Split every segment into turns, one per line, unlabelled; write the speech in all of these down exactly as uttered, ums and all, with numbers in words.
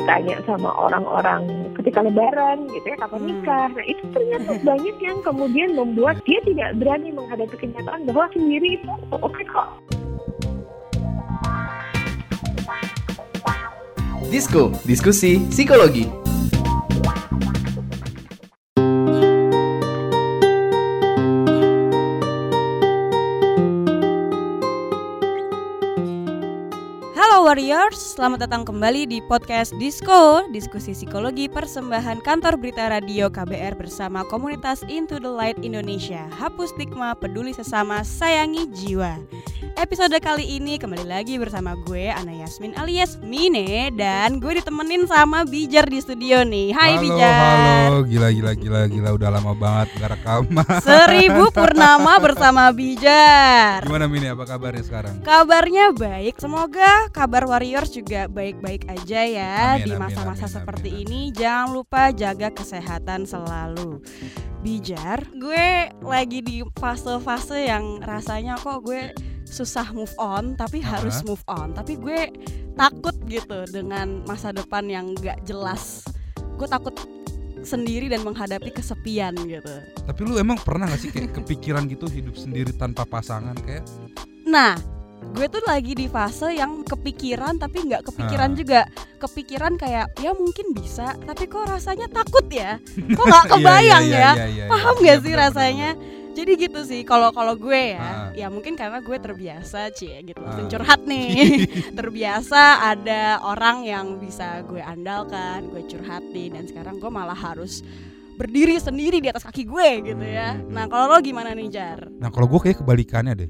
ditanya sama orang-orang ketika lebaran gitu ya, kapan nikah. Nah itu ternyata banyak yang kemudian membuat dia tidak berani menghadapi kenyataan bahwa sendiri itu oke kok.
Disko, diskusi psikologi.
Warriors, selamat datang kembali di podcast Disko, diskusi psikologi persembahan kantor berita radio K B R bersama komunitas Into the Light Indonesia. Hapus stigma, peduli sesama, sayangi jiwa. Episode kali ini kembali lagi bersama gue Ana Yasmin alias Mine, dan gue ditemenin sama Bijar di studio nih. Hai
halo,
Bijar.
Halo, gila gila gila gila udah lama banget gak rekaman.
Seribu purnama bersama Bijar.
Gimana Mine, apa kabarnya sekarang?
Kabarnya baik, semoga kabar Warriors juga baik-baik aja ya.
Amin,
di masa-masa
amin, amin,
seperti
amin,
ini. Jangan lupa jaga kesehatan selalu. Bijar, gue lagi di fase-fase yang rasanya kok gue susah move on, tapi uh-huh. harus move on. Tapi gue takut gitu dengan masa depan yang gak jelas. Gue takut sendiri dan menghadapi kesepian gitu.
Tapi lu emang pernah gak sih kayak kepikiran gitu hidup sendiri tanpa pasangan kayak?
Nah, gue tuh lagi di fase yang kepikiran tapi gak kepikiran uh. juga. Kepikiran kayak ya mungkin bisa, tapi kok rasanya takut ya. Kok gak kebayang
iya, iya,
ya.
iya, iya,
Paham
iya,
gak
iya,
sih
bener,
rasanya?
bener, bener.
Jadi gitu sih kalau kalau gue ya,
ah.
ya mungkin karena gue terbiasa cie gitu,
ah.
curhat nih. Terbiasa ada orang yang bisa gue andalkan, gue curhatin, dan sekarang gue malah harus berdiri sendiri di atas kaki gue gitu ya. Nah kalau lo gimana nih Jar?
Nah kalau gue kayak kebalikannya deh.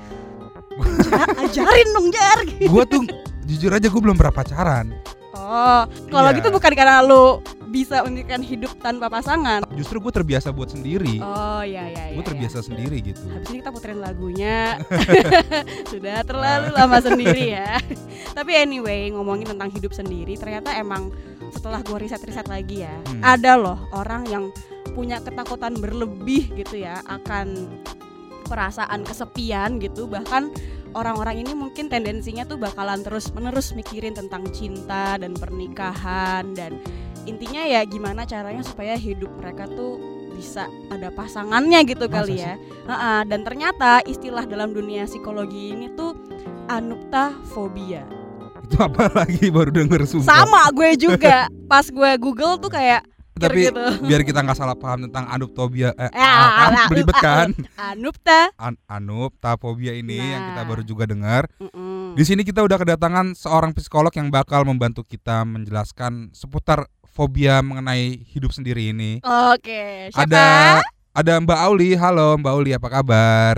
Jar, ajarin dong Jar.
Gue tuh jujur aja gue belum pernah pacaran.
Oh, kalau
iya.
gitu bukan karena lo bisa mendirikan hidup tanpa pasangan.
Justru gue terbiasa buat sendiri.
Oh iya iya.
Gue
iya,
terbiasa
iya.
sendiri gitu.
Habis ini kita puterin lagunya. Sudah terlalu lama sendiri ya. Tapi anyway, ngomongin tentang hidup sendiri, ternyata emang setelah gue riset-riset lagi ya, hmm. ada loh orang yang punya ketakutan berlebih gitu ya akan perasaan kesepian gitu. Bahkan orang-orang ini mungkin tendensinya tuh bakalan terus-menerus mikirin tentang cinta dan pernikahan, dan intinya ya gimana caranya supaya hidup mereka tuh bisa ada pasangannya gitu. Masa kali ya. Uh-uh, dan ternyata istilah dalam dunia psikologi ini tuh anuptafobia.
Itu apa lagi, baru denger sumpah.
Sama gue juga. Pas gue Google tuh kayak
tapi
gitu.
Biar kita nggak salah paham tentang anuptofobia, eh,
ya,
ah, ah, belibet kan?
Anupta,
An- anuptafobia ini nah. yang kita baru juga dengar.
Mm-mm.
Di sini kita udah kedatangan seorang psikolog yang bakal membantu kita menjelaskan seputar fobia mengenai hidup sendiri ini.
Oke, siapa?
Ada ada Mbak Auli. Halo Mbak Auli, apa kabar?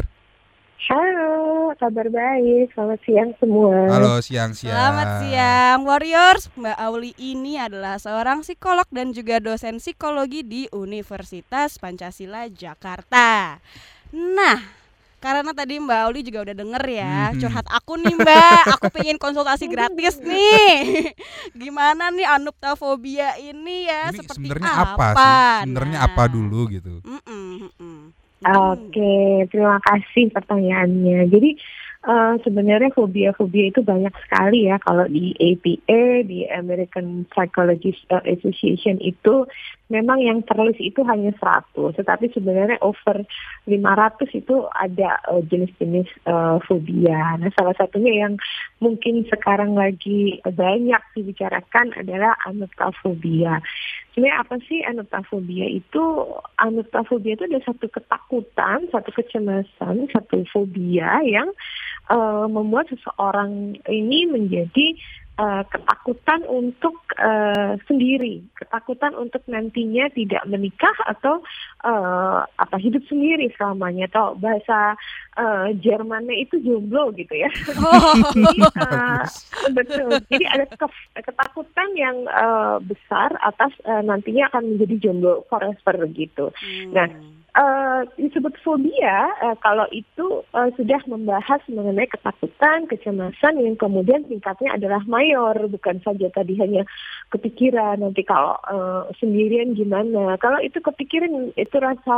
Halo, kabar baik. Selamat siang semua.
Halo, siang-siang.
Selamat siang Warriors. Mbak Auli ini adalah seorang psikolog dan juga dosen psikologi di Universitas Pancasila Jakarta. Nah, karena tadi Mbak Auli juga udah denger ya, hmm. curhat aku nih Mbak, aku pengen konsultasi gratis nih. Gimana nih anuptafobia ini ya?
Ini
seperti
sebenarnya
apa?
apa sih? Sebenarnya
nah.
apa dulu gitu?
Mm-mm, mm-mm.
Oke, terima kasih pertanyaannya. Jadi uh, sebenarnya fobia-fobia itu banyak sekali ya. Kalau di A P A, di American Psychologists Association itu memang yang terlist itu hanya seratus, tetapi sebenarnya over lima ratus itu ada uh, jenis-jenis uh, fobia. Nah, salah satunya yang mungkin sekarang lagi banyak dibicarakan adalah anuptafobia. Sebenarnya apa sih anuptafobia itu? Anuptafobia itu ada satu ketakutan, satu kecemasan, satu fobia yang uh, membuat seseorang ini menjadi Uh, ketakutan untuk uh, sendiri, ketakutan untuk nantinya tidak menikah atau uh, apa hidup sendiri selamanya, atau bahasa uh, Jermannya itu jomblo gitu ya.
Oh.
Jadi, uh, betul. Jadi ada ke- ketakutan yang uh, besar atas uh, nantinya akan menjadi jomblo forever gitu. Hmm. Nah, Uh, disebut fobia uh, kalau itu uh, sudah membahas mengenai ketakutan, kecemasan yang kemudian tingkatnya adalah mayor, bukan saja tadi hanya kepikiran nanti kalau uh, sendirian gimana. Kalau itu kepikiran, itu rasa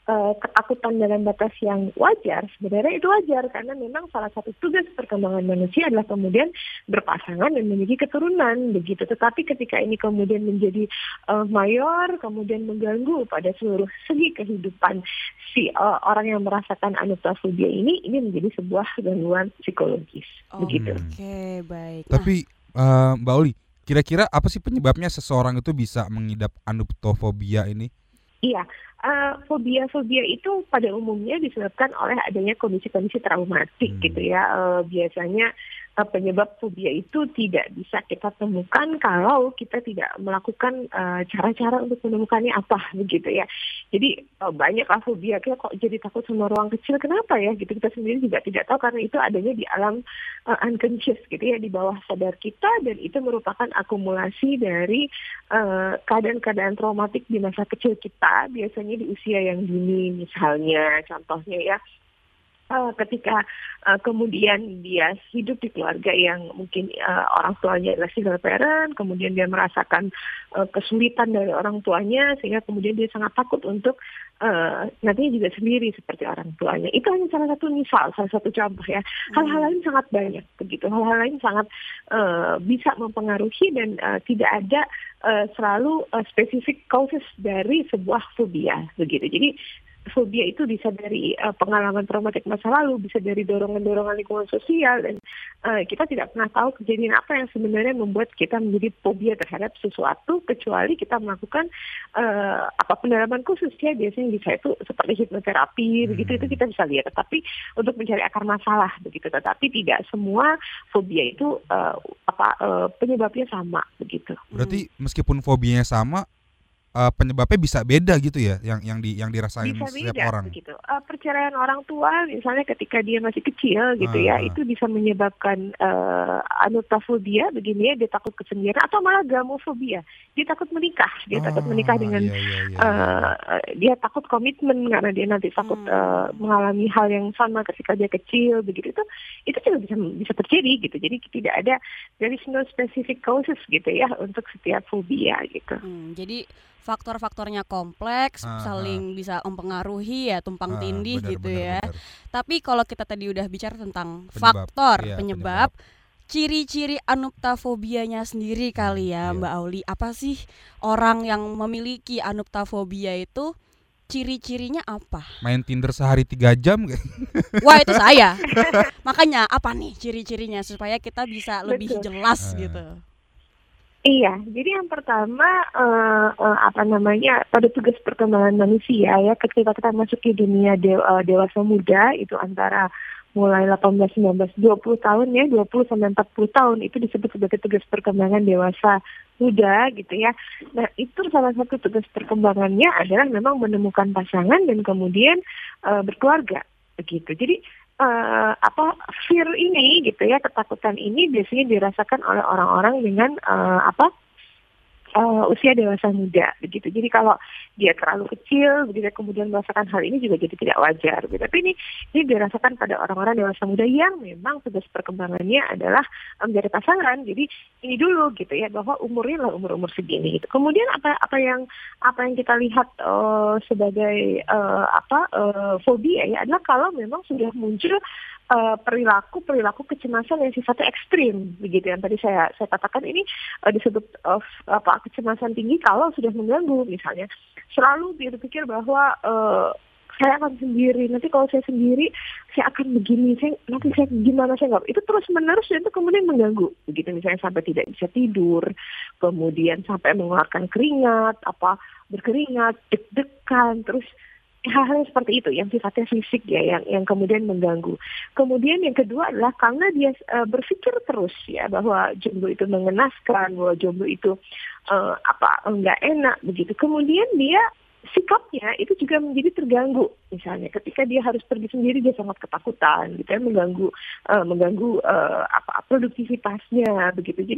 uh, ketakutan dalam batas yang wajar, sebenarnya itu wajar karena memang salah satu tugas perkembangan manusia adalah kemudian berpasangan dan memiliki keturunan begitu. Tetapi ketika ini kemudian menjadi uh, mayor, kemudian mengganggu pada seluruh segi kehidupan si uh, orang yang merasakan anuktafobia ini, ini menjadi sebuah gangguan psikologis
Oh,
begitu.
Oke, baik. Nah,
Tapi uh, Mbak Oli, kira-kira apa sih penyebabnya seseorang itu bisa mengidap anuktofobia ini?
Iya, uh, fobia-fobia itu pada umumnya disebabkan oleh adanya kondisi-kondisi traumatik
Hmm.
gitu ya. Uh, biasanya uh, penyebab fobia itu tidak bisa kita temukan kalau kita tidak melakukan uh, cara-cara untuk menemukannya apa begitu ya. Jadi uh, banyaklah fobia, kita kok jadi takut sama ruang kecil, kenapa ya gitu, kita sendiri juga tidak tahu karena itu adanya di alam uh, unconscious gitu ya, di bawah sadar kita, dan itu merupakan akumulasi dari uh, keadaan-keadaan traumatik di masa kecil kita, biasanya di usia yang dini misalnya, contohnya ya. Uh, ketika uh, kemudian dia hidup di keluarga yang mungkin uh, orang tuanya adalah single parent, kemudian dia merasakan uh, kesulitan dari orang tuanya sehingga kemudian dia sangat takut untuk uh, nantinya juga sendiri seperti orang tuanya. Itu hanya salah satu misal, salah satu contoh ya. Hal-hal lain sangat banyak begitu. Hal-hal lain sangat uh, bisa mempengaruhi dan uh, tidak ada uh, selalu uh, specific causes dari sebuah fobia begitu. Jadi fobia itu bisa dari uh, pengalaman traumatik masa lalu, bisa dari dorongan-dorongan lingkungan sosial, dan uh, kita tidak pernah tahu kejadian apa yang sebenarnya membuat kita menjadi fobia terhadap sesuatu, kecuali kita melakukan uh, apa pendalaman khusus ya, biasanya bisa itu seperti hipnoterapi, hmm. begitu itu kita bisa lihat. Tetapi untuk mencari akar masalah begitu, tetapi tidak semua fobia itu uh, apa uh, penyebabnya sama begitu.
Berarti meskipun fobianya sama, Uh, penyebabnya bisa beda gitu ya, yang yang di yang dirasain
bisa
setiap
beda,
orang.
Begitu. Uh, perceraian orang tua misalnya ketika dia masih kecil gitu
Ah,
ya,
ah.
itu bisa menyebabkan uh, anuktafobia begini ya, dia takut kesendirian, atau malah gamofobia, dia takut menikah, dia
Oh,
takut menikah dengan
iya, iya, iya,
uh,
iya.
dia takut komitmen karena dia nanti takut
Hmm.
uh, mengalami hal yang sama ketika dia kecil begitu. Itu itu juga bisa bisa terjadi gitu. Jadi tidak ada, there is no specific causes gitu ya untuk setiap fobia gitu.
Hmm, jadi faktor-faktornya kompleks,
Ah,
saling bisa mempengaruhi ya, tumpang
Ah,
tindih
benar,
gitu
benar,
ya.
benar.
Tapi kalau kita tadi udah bicara tentang
Penyebab,
faktor
iya,
penyebab, ciri-ciri anuktafobia-nya sendiri kali ya,
iya.
Mbak Auli. Apa sih orang yang memiliki anuktafobia itu, ciri-cirinya apa?
Main Tinder sehari tiga jam.
Wah, itu saya. Makanya apa nih ciri-cirinya supaya kita bisa lebih
Betul.
jelas
Ah.
gitu.
Iya, jadi yang pertama uh, uh, apa namanya, pada tugas perkembangan manusia ya, ketika kita masuk ke dunia de, uh, dewasa muda itu antara mulai delapan belas, sembilan belas, dua puluh tahun ya, dua puluh sampai empat puluh tahun itu disebut sebagai tugas perkembangan dewasa muda gitu ya. Nah, itu salah satu tugas perkembangannya adalah memang menemukan pasangan dan kemudian uh, berkeluarga begitu. Jadi Uh, apa fear ini gitu ya, ketakutan ini biasanya dirasakan oleh orang-orang dengan uh, apa uh, usia dewasa muda begitu. Jadi kalau dia terlalu kecil begitu kemudian merasakan hal ini juga jadi tidak wajar gitu. Tapi ini ini dirasakan pada orang-orang dewasa muda yang memang tugas perkembangannya adalah menjadi um, pasangan. Jadi ini dulu gitu ya, bahwa umurnya lah umur-umur segini gitu. Kemudian apa apa yang apa yang kita lihat uh, sebagai uh, apa uh, fobia ya adalah kalau memang sudah muncul Uh, perilaku perilaku kecemasan yang sifatnya ekstrim begitu, yang tadi saya saya katakan ini uh, disebut uh, apa kecemasan tinggi kalau sudah mengganggu, misalnya selalu berpikir bahwa uh, saya akan sendiri, nanti kalau saya sendiri saya akan begini, saya nanti saya gimana, saya nggak, itu terus menerus dan itu kemudian mengganggu begitu, misalnya sampai tidak bisa tidur, kemudian sampai mengeluarkan keringat, apa berkeringat, deg-degan, terus hal-hal seperti itu yang sifatnya fisik ya, yang yang kemudian mengganggu. Kemudian yang kedua adalah karena dia uh, berpikir terus ya bahwa jomblo itu mengenaskan, bahwa jomblo itu uh, apa enggak enak begitu. Kemudian dia sikapnya itu juga menjadi terganggu. Misalnya ketika dia harus pergi sendiri dia sangat ketakutan gitu ya, mengganggu uh, mengganggu uh, apa produktivitasnya begitu. Jadi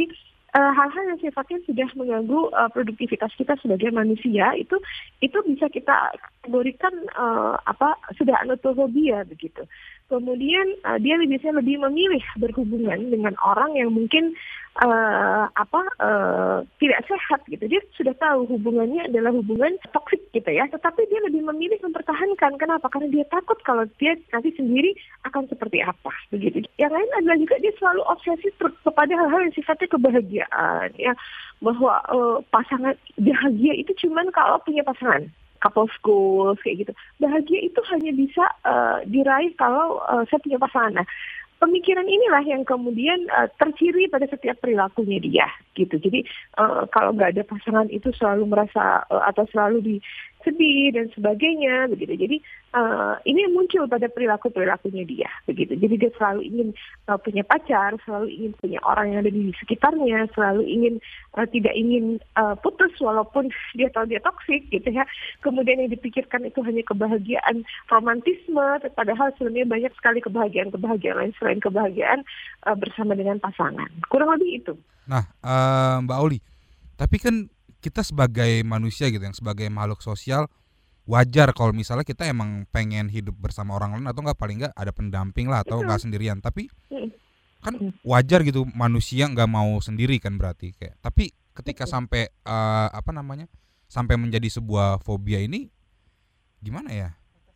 uh, hal-hal yang sifatnya sudah mengganggu uh, produktivitas kita sebagai manusia itu itu bisa kita kategorikan uh, apa sudah anotofobia begitu. Kemudian uh, dia biasanya lebih memilih berhubungan dengan orang yang mungkin uh, apa uh, tidak sehat gitu. Dia sudah tahu hubungannya adalah hubungan toksik gitu ya, tetapi dia lebih memilih mempertahankan. Kenapa? Karena dia takut kalau dia nanti sendiri akan seperti apa begitu. Yang lain adalah juga dia selalu obsesi ter- kepada hal-hal yang sifatnya kebahagiaan ya, bahwa uh, pasangan bahagia itu cuman kalau punya pasangan. Couple goals kayak gitu. Bahagia itu hanya bisa uh, diraih kalau uh, saya punya pasangan. Nah, pemikiran inilah yang kemudian uh, terciri pada setiap perilakunya dia, gitu. Jadi uh, kalau nggak ada pasangan itu selalu merasa uh, atau selalu disedih dan sebagainya, begitu. Jadi uh, ini muncul pada perilaku-perilakunya dia, begitu. Jadi dia selalu ingin uh, punya pacar, selalu ingin punya orang yang ada di sekitarnya, selalu ingin uh, tidak ingin uh, putus walaupun dia tahu dia toksik, gitu ya. Kemudian yang dipikirkan itu hanya kebahagiaan romantisme, padahal sebenarnya banyak sekali kebahagiaan-kebahagiaan lain selain kebahagiaan uh, bersama dengan pasangan. Kurang lebih itu.
Nah, uh, Mbak Oli, tapi kan kita sebagai manusia gitu, yang sebagai makhluk sosial, wajar kalau misalnya kita emang pengen hidup bersama orang lain atau enggak, paling enggak ada pendamping lah atau enggak sendirian. Tapi kan wajar gitu manusia nggak mau sendiri kan berarti kayak. Tapi ketika sampai uh, apa namanya sampai menjadi sebuah fobia ini gimana ya?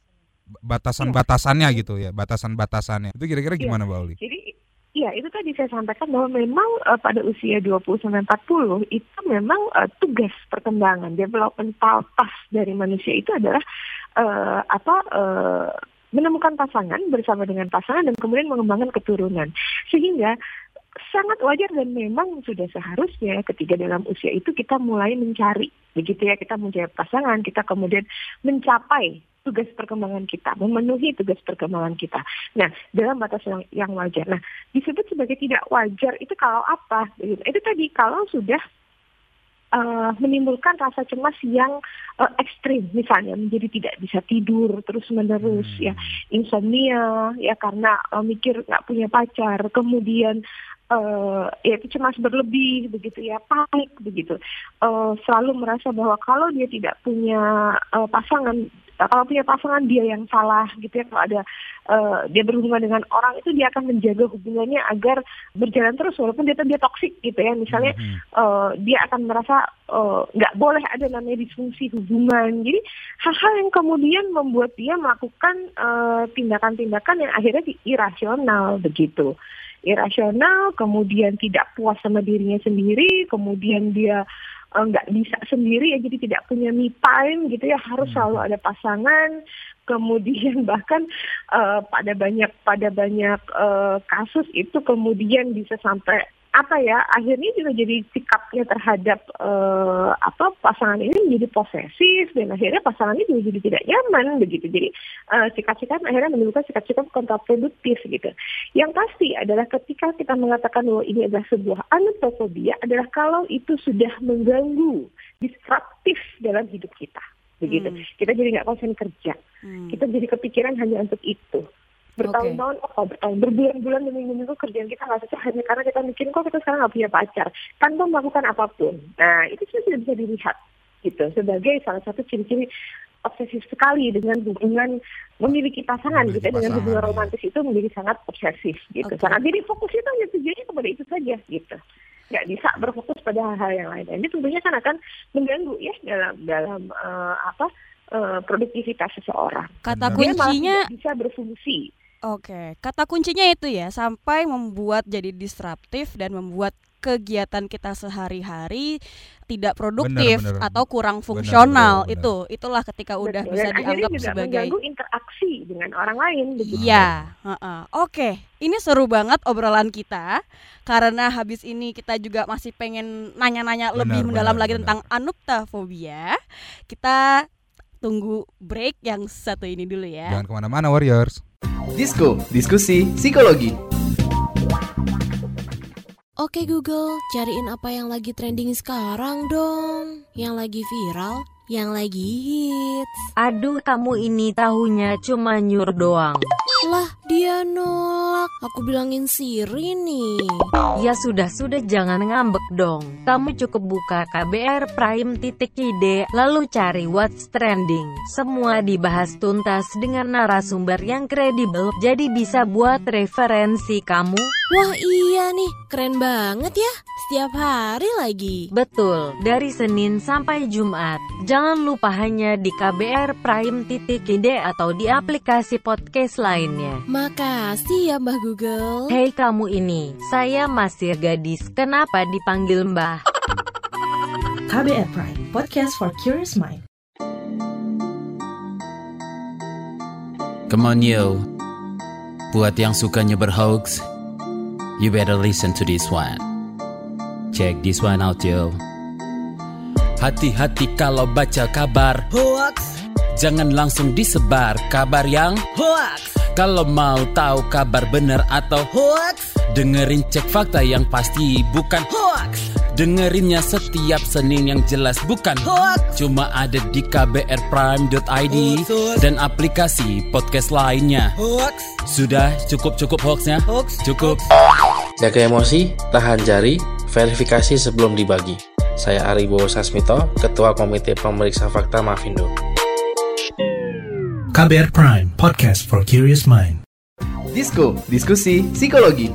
Batasan-batasannya gitu ya, batasan-batasannya. Itu kira-kira gimana, Mbak Oli?
Jadi ya itu tadi saya sampaikan bahwa memang uh, pada usia dua puluh sampai empat puluh itu memang uh, tugas perkembangan developmental task dari manusia itu adalah uh, apa uh, menemukan pasangan bersama dengan pasangan dan kemudian mengembangkan keturunan. Sehingga sangat wajar dan memang sudah seharusnya ketika dalam usia itu kita mulai mencari, begitu ya, kita mencari pasangan, kita kemudian mencapai tugas perkembangan kita, memenuhi tugas perkembangan kita. Nah, dalam batas yang, yang wajar. Nah, disebut sebagai tidak wajar itu kalau apa? Itu tadi kalau sudah uh, menimbulkan rasa cemas yang uh, ekstrim, misalnya menjadi tidak bisa tidur terus-menerus, hmm. ya, insomnia, ya karena uh, mikir nggak punya pacar, kemudian Uh, ya itu cemas berlebih begitu ya, panik begitu, uh, selalu merasa bahwa kalau dia tidak punya uh, pasangan, uh, kalau punya pasangan dia yang salah gitu ya, kalau ada uh, dia berhubungan dengan orang itu dia akan menjaga hubungannya agar berjalan terus walaupun dia dia toksik gitu ya, misalnya uh, dia akan merasa nggak uh, boleh ada namanya disfungsi hubungan. Jadi hal-hal yang kemudian membuat dia melakukan uh, tindakan-tindakan yang akhirnya irasional begitu. Irasional, kemudian tidak puas sama dirinya sendiri, kemudian dia nggak uh, bisa sendiri ya, jadi tidak punya me time gitu ya, harus selalu ada pasangan. Kemudian bahkan uh, pada banyak pada banyak uh, kasus itu kemudian bisa sampai apa ya, akhirnya juga jadi sikapnya terhadap uh, apa pasangan ini menjadi posesif dan akhirnya pasangannya juga jadi tidak nyaman begitu. Jadi uh, sikap-sikap akhirnya menimbulkan sikap-sikap kontraproduktif gitu. Yang pasti adalah ketika kita mengatakan bahwa ini adalah sebuah anotofobia adalah kalau itu sudah mengganggu, disruptif dalam hidup kita begitu. Hmm. Kita jadi nggak konsen kerja, hmm. kita jadi kepikiran hanya untuk itu. Bertahun-tahun, okay. oh bertahun, berbulan-bulan dan minggu-minggu kerjaan kita nggak selesai hanya karena kita mikirin kok kita sekarang nggak punya pacar tanpa melakukan apapun. Nah itu sudah bisa dilihat gitu sebagai salah satu ciri-ciri obsesif sekali dengan hubungan memiliki pasangan memiliki gitu pasangan, dengan hubungan romantis itu menjadi sangat obsesif gitu. Okay. Sangat jadi fokus itu hanya tujuannya kepada itu saja gitu. Nggak bisa berfokus pada hal-hal yang lain. Dan ini tentunya kan akan mengganggu ya dalam dalam uh, apa uh, produktivitas seseorang.
Kata kuncinya
bisa berfungsi.
Oke, kata kuncinya itu ya, sampai membuat jadi disruptif dan membuat kegiatan kita sehari-hari tidak produktif bener, bener. atau kurang fungsional. Bener, bener, bener. Itu itulah ketika bener. udah bisa dan dianggap sebagai
mengganggu interaksi dengan orang lain begitu.
Iya, uh-uh. Oke. Ini seru banget obrolan kita karena habis ini kita juga masih pengen nanya-nanya bener, lebih mendalam bener, lagi bener. tentang anoptafobia. Kita tunggu break yang satu ini dulu ya.
Jangan kemana-mana Warriors.
Disko, diskusi psikologi.
Oke Google, cariin apa yang lagi trending sekarang dong. Yang lagi viral, yang lagi hits.
Aduh, kamu ini tahunya cuma nyur doang.
Lah, dia nolak. Aku bilangin Siri nih.
Ya sudah-sudah jangan ngambek dong. Kamu cukup buka K B R Prime titik I D, lalu cari What's Trending. Semua dibahas tuntas dengan narasumber yang kredibel, jadi bisa buat referensi kamu.
Wah iya nih, keren banget ya. Setiap hari lagi.
Betul, dari Senin sampai Jumat. Jangan lupa hanya di K B R Prime titik I D atau di aplikasi podcast lainnya.
Makasih ya Mbah Google.
Hei kamu ini, saya masih gadis, kenapa dipanggil Mbah?
K B R Prime, podcast for curious mind.
Come on yo, buat yang sukanya berhoax, you better listen to this one. Check this one out yo. Hati-hati kalau baca kabar hoax, jangan langsung disebar kabar yang hoax. Kalau mau tahu kabar benar atau hoax, dengerin cek fakta yang pasti bukan hoax. Dengerinnya setiap Senin yang jelas bukan hoax. Cuma ada di k b r prime dot i d dan aplikasi podcast lainnya. Hoax. Sudah cukup-cukup hoaxnya? Hoax. Cukup.
Jaga emosi, tahan jari, verifikasi sebelum dibagi. Saya Aribo Sasmito, Ketua Komite Pemeriksa Fakta Mafindo.
K B R Prime, podcast for curious mind.
Disko, diskusi psikologi.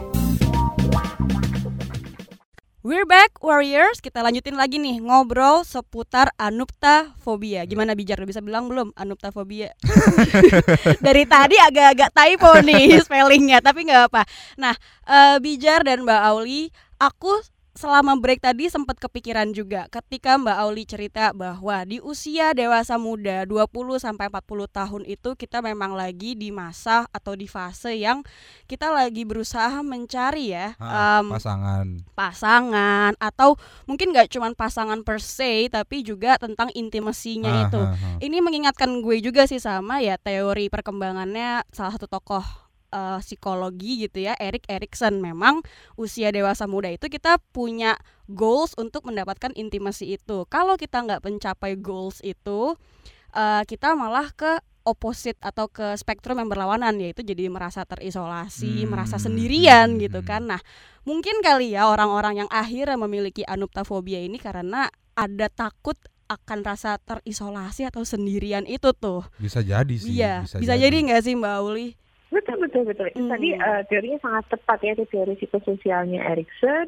We're back Warriors, kita lanjutin lagi nih ngobrol seputar anuptafobia. Gimana Bijar, udah bisa bilang belum anuptafobia? Dari tadi agak-agak typo nih spellingnya, tapi gak apa. Nah, uh, Bijar dan Mbak Auli, aku selama break tadi sempat kepikiran juga ketika Mbak Auli cerita bahwa di usia dewasa muda dua puluh sampai empat puluh tahun itu kita memang lagi di masa atau di fase yang kita lagi berusaha mencari ya
ha,
um,
pasangan
pasangan atau mungkin gak cuma pasangan per se tapi juga tentang intimasinya
ha,
itu
ha, ha.
Ini mengingatkan gue juga sih sama ya teori perkembangannya salah satu tokoh Uh, psikologi gitu ya, Erik Erikson. Memang usia dewasa muda itu kita punya goals untuk mendapatkan intimasi itu. Kalau kita nggak mencapai goals itu, uh, kita malah ke opposite atau ke spektrum yang berlawanan, yaitu jadi merasa terisolasi, hmm. merasa sendirian gitu kan. Nah, mungkin kali ya orang-orang yang akhirnya memiliki anuptafobia ini karena ada takut akan rasa terisolasi atau sendirian itu tuh.
Bisa jadi sih.
Iya, bisa,
bisa
jadi nggak sih Mbak Auli?
Betul, betul, betul. Itu
hmm.
tadi uh, teorinya sangat tepat ya, itu teori psikososialnya Erikson.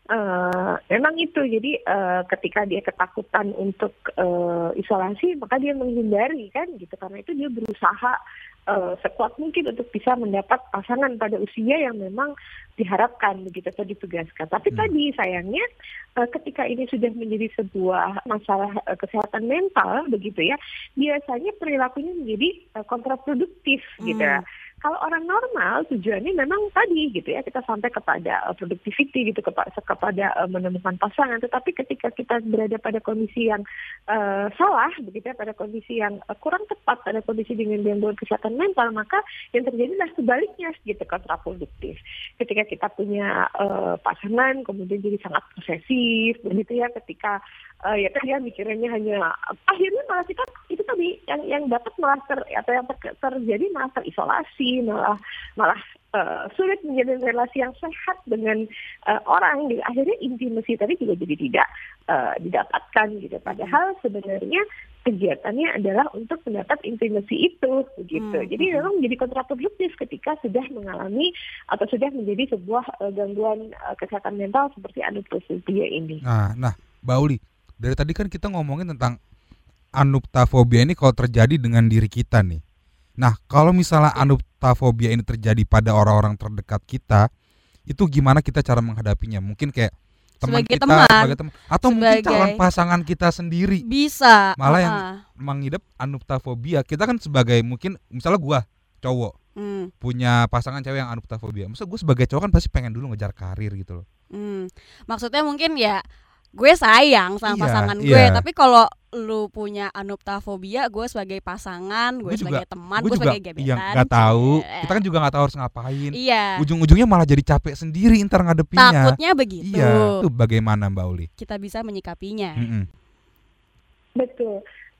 Uh, memang itu, jadi uh, ketika dia ketakutan untuk uh, isolasi, maka dia menghindari kan gitu. Karena itu dia berusaha uh, sekuat mungkin untuk bisa mendapat pasangan pada usia yang memang diharapkan begitu atau ditugaskan. Tapi hmm. tadi sayangnya uh, ketika ini sudah menjadi sebuah masalah uh, kesehatan mental begitu ya, biasanya perilakunya menjadi uh, kontraproduktif hmm. gitu ya. Kalau orang normal tujuannya memang tadi gitu ya, kita sampai kepada uh, productivity gitu, kepada, kepada uh, menemukan pasangan. Tetapi ketika kita berada pada kondisi yang uh, salah begitu ya, pada kondisi yang uh, kurang tepat, pada kondisi dengan gangguan kesehatan mental, maka yang terjadi adalah sebaliknya gitu, kontraproduktif. Ketika kita punya uh, pasangan kemudian jadi sangat posesif begitu ya, ketika Uh, ya kan dia mikirnya hanya akhirnya malah kita itu tadi yang yang dapat malah ter, atau yang ter, terjadi malah terisolasi, malah malah uh, sulit menjalin relasi yang sehat dengan uh, orang. Akhirnya intimasi tadi juga jadi tidak uh, didapatkan gitu. Padahal sebenarnya kegiatannya adalah untuk mendapat intimasi itu begitu. Hmm. Jadi memang menjadi kontraproduktif ketika sudah mengalami atau sudah menjadi sebuah uh, gangguan uh, kesehatan mental seperti anuptafobia ini.
Nah, nah, Mbak Uli, dari tadi kan kita ngomongin tentang anuptafobia ini kalau terjadi dengan diri kita nih. Nah, kalau misalnya anuptafobia ini terjadi pada orang-orang terdekat kita, itu gimana kita cara menghadapinya? Mungkin kayak teman
sebagai
kita,
teman,
sebagai teman, atau
sebagai
mungkin calon pasangan kita sendiri.
Bisa.
Malah
uh-huh.
yang mengidap anuptafobia. Kita kan sebagai mungkin misalnya gua cowok hmm. punya pasangan cewek yang anuptafobia. Maksudnya gue sebagai cowok kan pasti pengen dulu ngejar karir gitu loh.
Hmm. Maksudnya mungkin ya gue sayang sama
iya,
pasangan gue,
iya.
tapi kalau lu punya anuptafobia, gue sebagai pasangan, gue, gue sebagai juga, teman, gue, gue sebagai gebetan,
yang nggak tahu, kita kan juga nggak tahu harus ngapain.
Iya.
Ujung-ujungnya malah jadi capek sendiri ntar ngadepinnya.
Takutnya begitu.
Iya. Itu bagaimana Mbak Uli?
Kita bisa menyikapinya.
Mm-mm.
Betul.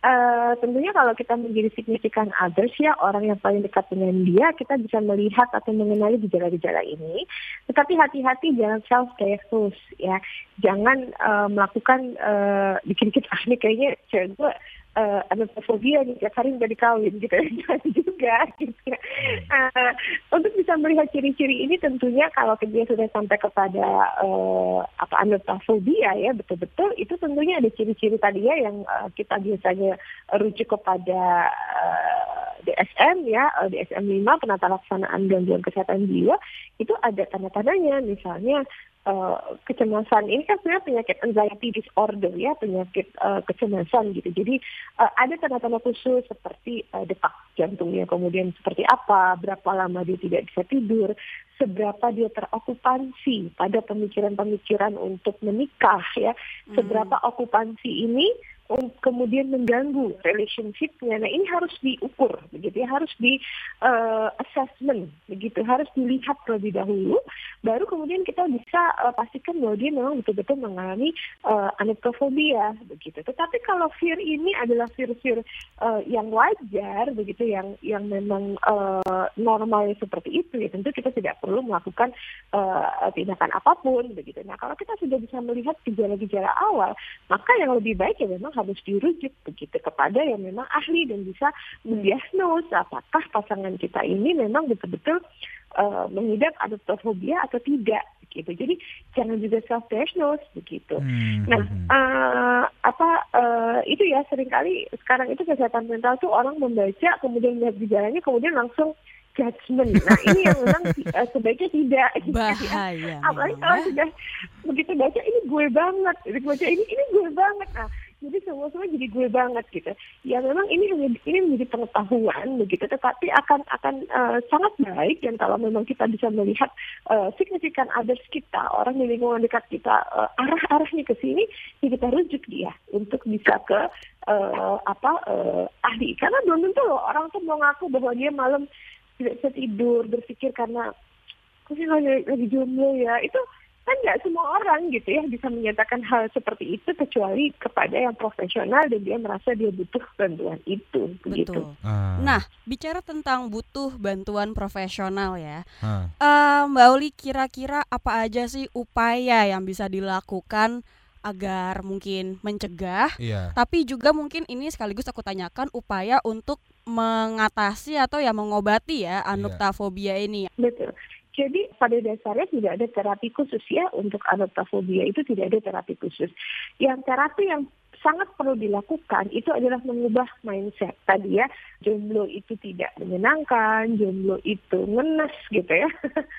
uh, tentunya kalau kita menjadi significant others ya, orang yang paling dekat dengan dia, kita bisa melihat atau mengenali gejala-gejala ini. Tetapi hati-hati jangan self-diagnose ya. Jangan uh, melakukan uh, dikit-dikit, ah ini kayaknya cewek gue uh, anotofobia nih, tiap hari udah dikawin gitu. Jangan juga gitu. Uh, untuk bisa melihat ciri-ciri ini tentunya kalau dia sudah sampai kepada uh, apa anotofobia ya, betul-betul itu tentunya ada ciri-ciri tadi ya yang uh, kita biasanya rujuk kepada uh, D S M ya, uh, D S M lima penata laksanaan gangguan kesehatan jiwa, itu ada tanda-tandanya, misalnya Uh, kecemasan ini kan sebenarnya penyakit anxiety disorder ya, penyakit uh, kecemasan gitu. Jadi uh, ada tanda-tanda khusus seperti uh, detak jantungnya, kemudian seperti apa, berapa lama dia tidak bisa tidur, seberapa dia terokupansi pada pemikiran-pemikiran untuk menikah ya, seberapa okupansi ini um, kemudian mengganggu relationship-nya. Nah ini harus diukur begitu ya, harus di uh, assessment begitu, harus dilihat terlebih dahulu, baru kemudian kita bisa uh, pastikan bahwa dia memang betul-betul mengalami uh, anotofobia begitu. Tetapi kalau fear ini adalah fear-fear uh, yang wajar begitu, yang yang memang uh, normal seperti itu ya, tentu kita tidak perlu melakukan uh, tindakan apapun begitu. Nah kalau kita sudah bisa melihat gejala-gejala awal, maka yang lebih baik ya memang harus dirujuk begitu kepada yang memang ahli dan bisa mendiagnos apakah pasangan kita ini memang betul-betul uh, mengidap anotofobia atau tidak gitu. Jadi jangan juga self-diagnose begitu. Hmm. Nah uh, apa uh, itu ya seringkali sekarang itu kesehatan mental tuh orang membaca kemudian lihat gejalanya kemudian langsung judgment. Nah ini yang memang uh, sebaiknya tidak.
Bahaya.
Apalagi kalau sudah begitu baca ini gue banget, begitu baca ini ini gue banget. Nah jadi semua-semua jadi gue banget gitu. Ya memang ini hanya ini menjadi pengetahuan begitu, tetapi akan akan uh, sangat baik dan kalau memang kita bisa melihat uh, signifikan others kita, orang di lingkungan dekat kita uh, arah-arahnya ke sini, ya kita rujuk dia untuk bisa ke uh, apa uh, ahli. Karena belum tentu loh orang tuh mau ngaku bahwa dia malam tidak bisa tidur, berpikir karena kok sih lagi, lagi jomblo ya, itu kan nggak semua orang gitu ya bisa menyatakan hal seperti itu kecuali kepada yang profesional dan dia merasa dia butuh bantuan itu. Begitu.
Betul. Uh. Nah, bicara tentang butuh bantuan profesional ya, uh. Uh, Mbak Uli kira-kira apa aja sih upaya yang bisa dilakukan agar mungkin mencegah, yeah. tapi juga mungkin ini sekaligus aku tanyakan upaya untuk mengatasi atau ya mengobati ya anotofobia yeah. ini.
Betul. Jadi pada dasarnya tidak ada terapi khusus ya untuk anotofobia, itu tidak ada terapi khusus. Yang terapi yang sangat perlu dilakukan itu adalah mengubah mindset tadi ya, jomblo itu tidak menyenangkan, jomblo itu ngenes gitu ya.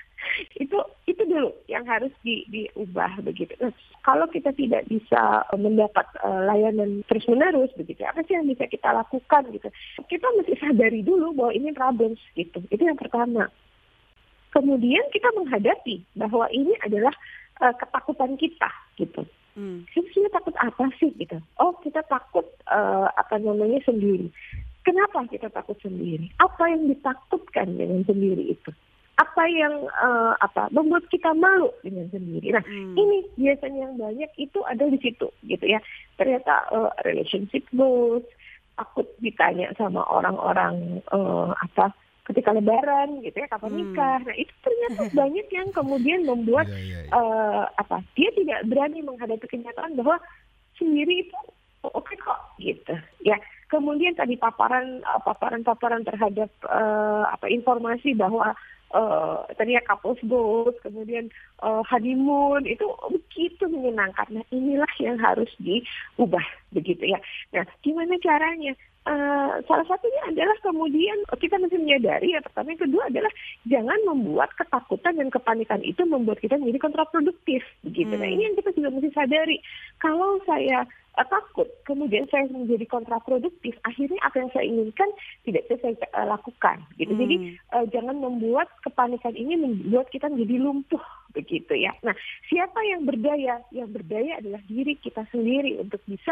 itu itu dulu yang harus di, diubah begitu. Nah, kalau kita tidak bisa mendapat uh, layanan terus menerus begitu, apa sih yang bisa kita lakukan gitu? Kita mesti sadari dulu bahwa ini problems gitu. Itu yang pertama. Kemudian kita menghadapi bahwa ini adalah uh, ketakutan kita gitu. Hmm. Kita takut apa sih gitu? Oh kita takut uh, apa namanya sendiri. Kenapa kita takut sendiri? Apa yang ditakutkan dengan sendiri itu? Apa yang uh, apa membuat kita malu dengan sendiri? Nah hmm. ini biasanya yang banyak itu ada di situ gitu ya. Ternyata uh, relationship goals, takut ditanya sama orang-orang uh, apa ketika lebaran gitu ya, kapan nikah. Hmm. Nah itu ternyata banyak yang kemudian membuat yeah, yeah, yeah. Uh, apa dia tidak berani menghadapi kenyataan bahwa sendiri itu oh, oke okay kok gitu ya. Kemudian tadi paparan uh, paparan-paparan terhadap uh, apa informasi bahwa Uh, tadi ya couples goals, kemudian uh, honeymoon itu begitu menyenangkan. Nah inilah yang harus diubah begitu ya. Nah gimana caranya? Uh, salah satunya adalah kemudian kita mesti menyadari ya, pertama yang kedua adalah jangan membuat ketakutan dan kepanikan itu membuat kita menjadi kontraproduktif begitu. Hmm. Nah ini yang kita juga mesti sadari. Kalau saya uh, takut kemudian saya menjadi kontraproduktif, akhirnya apa yang saya inginkan tidak bisa saya uh, lakukan gitu. Hmm. Jadi uh, jangan membuat kepanikan ini membuat kita menjadi lumpuh begitu ya. Nah siapa yang berdaya? Yang berdaya adalah diri kita sendiri untuk bisa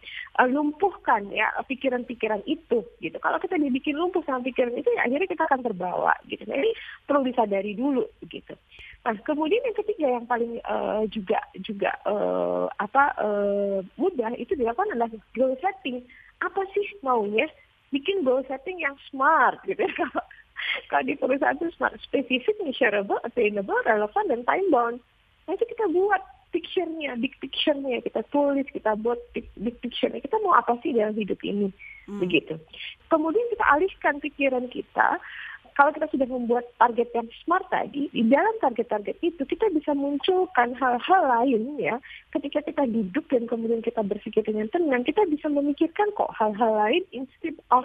melumpuhkan uh, ya pikiran-pikiran itu gitu. Kalau kita dibikin lumpuh sama pikiran itu ya akhirnya kita akan terbawa gitu. Nah ini perlu disadari dulu begitu. Nah kemudian yang ketiga yang paling uh, juga juga uh, apa uh, mudah itu dilakukan adalah goal setting apa sih maunya, bikin goal setting yang smart gitu ya. Kalau kalau di perusahaan itu smart, spesifik, measurable, attainable, relevant, dan time bound. Nah itu kita buat picture-nya, big picture-nya, kita tulis, kita buat big, big picture-nya, kita mau apa sih dalam hidup ini, hmm. begitu. Kemudian kita alihkan pikiran kita, kalau kita sudah membuat target yang smart tadi, di dalam target-target itu kita bisa munculkan hal-hal lain ya, ketika kita duduk dan kemudian kita berpikir dengan tenang, kita bisa memikirkan kok hal-hal lain instead of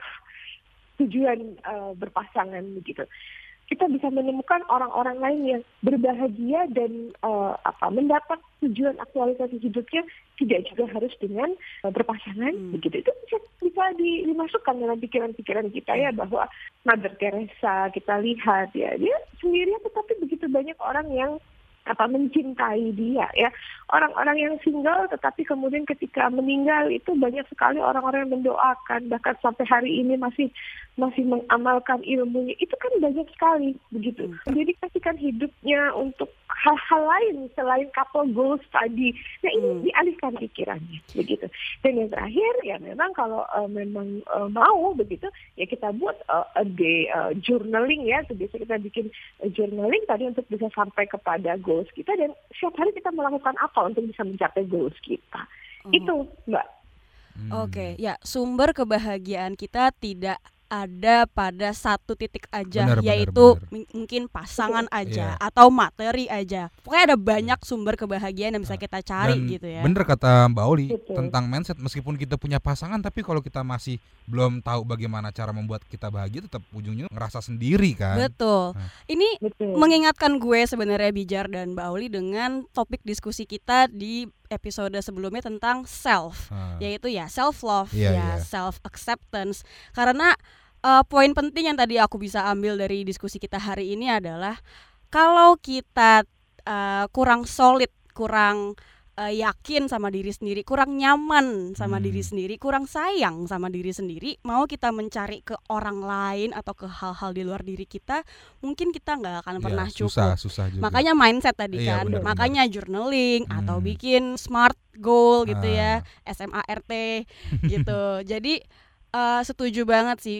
tujuan uh, berpasangan begitu. Kita bisa menemukan orang-orang lain yang berbahagia dan uh, apa mendapat tujuan aktualisasi hidupnya tidak juga harus dengan uh, berpasangan hmm. begitu. Itu bisa, bisa dimasukkan dalam pikiran-pikiran kita ya, bahwa Mother Teresa kita lihat ya, dia sendirian tetapi begitu banyak orang yang apa mencintai dia ya. Orang-orang yang single tetapi kemudian ketika meninggal itu banyak sekali orang-orang yang mendoakan, bahkan sampai hari ini masih masih mengamalkan ilmunya, itu kan banyak sekali begitu. Jadi kasihkan hidupnya untuk hal-hal lain selain couple goals tadi. Nah ini hmm. dialihkan pikirannya begitu. Dan yang terakhir ya memang kalau uh, memang uh, mau begitu ya kita buat uh, a day uh, journaling ya. So, biasa kita bikin uh, journaling tadi untuk bisa sampai kepada goals kita, dan setiap hari kita melakukan apa untuk bisa mencapai goals kita. Hmm. Itu Mbak.
Hmm. Oke, okay. ya sumber kebahagiaan kita tidak ada pada satu titik aja, benar, yaitu benar, benar. M- mungkin pasangan aja yeah. atau materi aja. Pokoknya ada banyak sumber kebahagiaan yang bisa kita cari. Dan gitu ya.
Bener kata Mbak Oli Betul. tentang mindset, meskipun kita punya pasangan tapi kalau kita masih belum tahu bagaimana cara membuat kita bahagia, tetap ujungnya ngerasa sendiri kan.
Betul. Nah. Ini Betul. mengingatkan gue sebenarnya Bijar dan Mbak Oli dengan topik diskusi kita di episode sebelumnya tentang self, hmm. yaitu ya self love, yeah, ya yeah. self acceptance. Karena uh, poin penting yang tadi aku bisa ambil dari diskusi kita hari ini adalah kalau kita uh, kurang solid, kurang uh, yakin sama diri sendiri, kurang nyaman sama hmm. diri sendiri, kurang sayang sama diri sendiri, mau kita mencari ke orang lain atau ke hal-hal di luar diri kita, mungkin kita nggak akan yeah, pernah cukup.
Susah, susah juga.
Makanya mindset tadi iya, kan, benar, makanya benar. journaling hmm. atau bikin smart goal gitu ah. ya, S M A R T gitu. Jadi uh, setuju banget sih.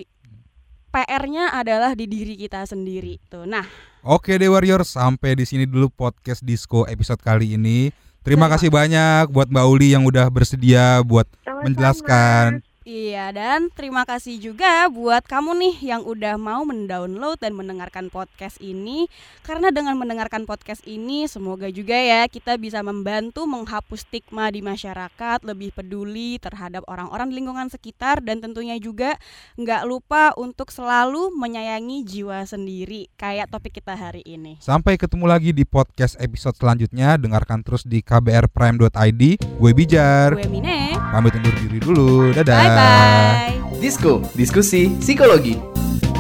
P R-nya adalah di diri kita sendiri tuh. Nah,
oke deh Warriors, sampai di sini dulu podcast Disco episode kali ini. Terima kasih banyak buat Mbak Uli yang udah bersedia buat Sama-sama. menjelaskan.
Iya, dan terima kasih juga buat kamu nih yang udah mau mendownload dan mendengarkan podcast ini. Karena dengan mendengarkan podcast ini, semoga juga ya kita bisa membantu menghapus stigma di masyarakat, lebih peduli terhadap orang-orang di lingkungan sekitar, dan tentunya juga nggak lupa untuk selalu menyayangi jiwa sendiri, kayak topik kita hari ini.
Sampai ketemu lagi di podcast episode selanjutnya. Dengarkan terus di k b r prime dot i d. Gue Bijar.
Gue Mine.
Pamit undur diri dulu. Dadah.
Bye bye.
Disko, diskusi psikologi.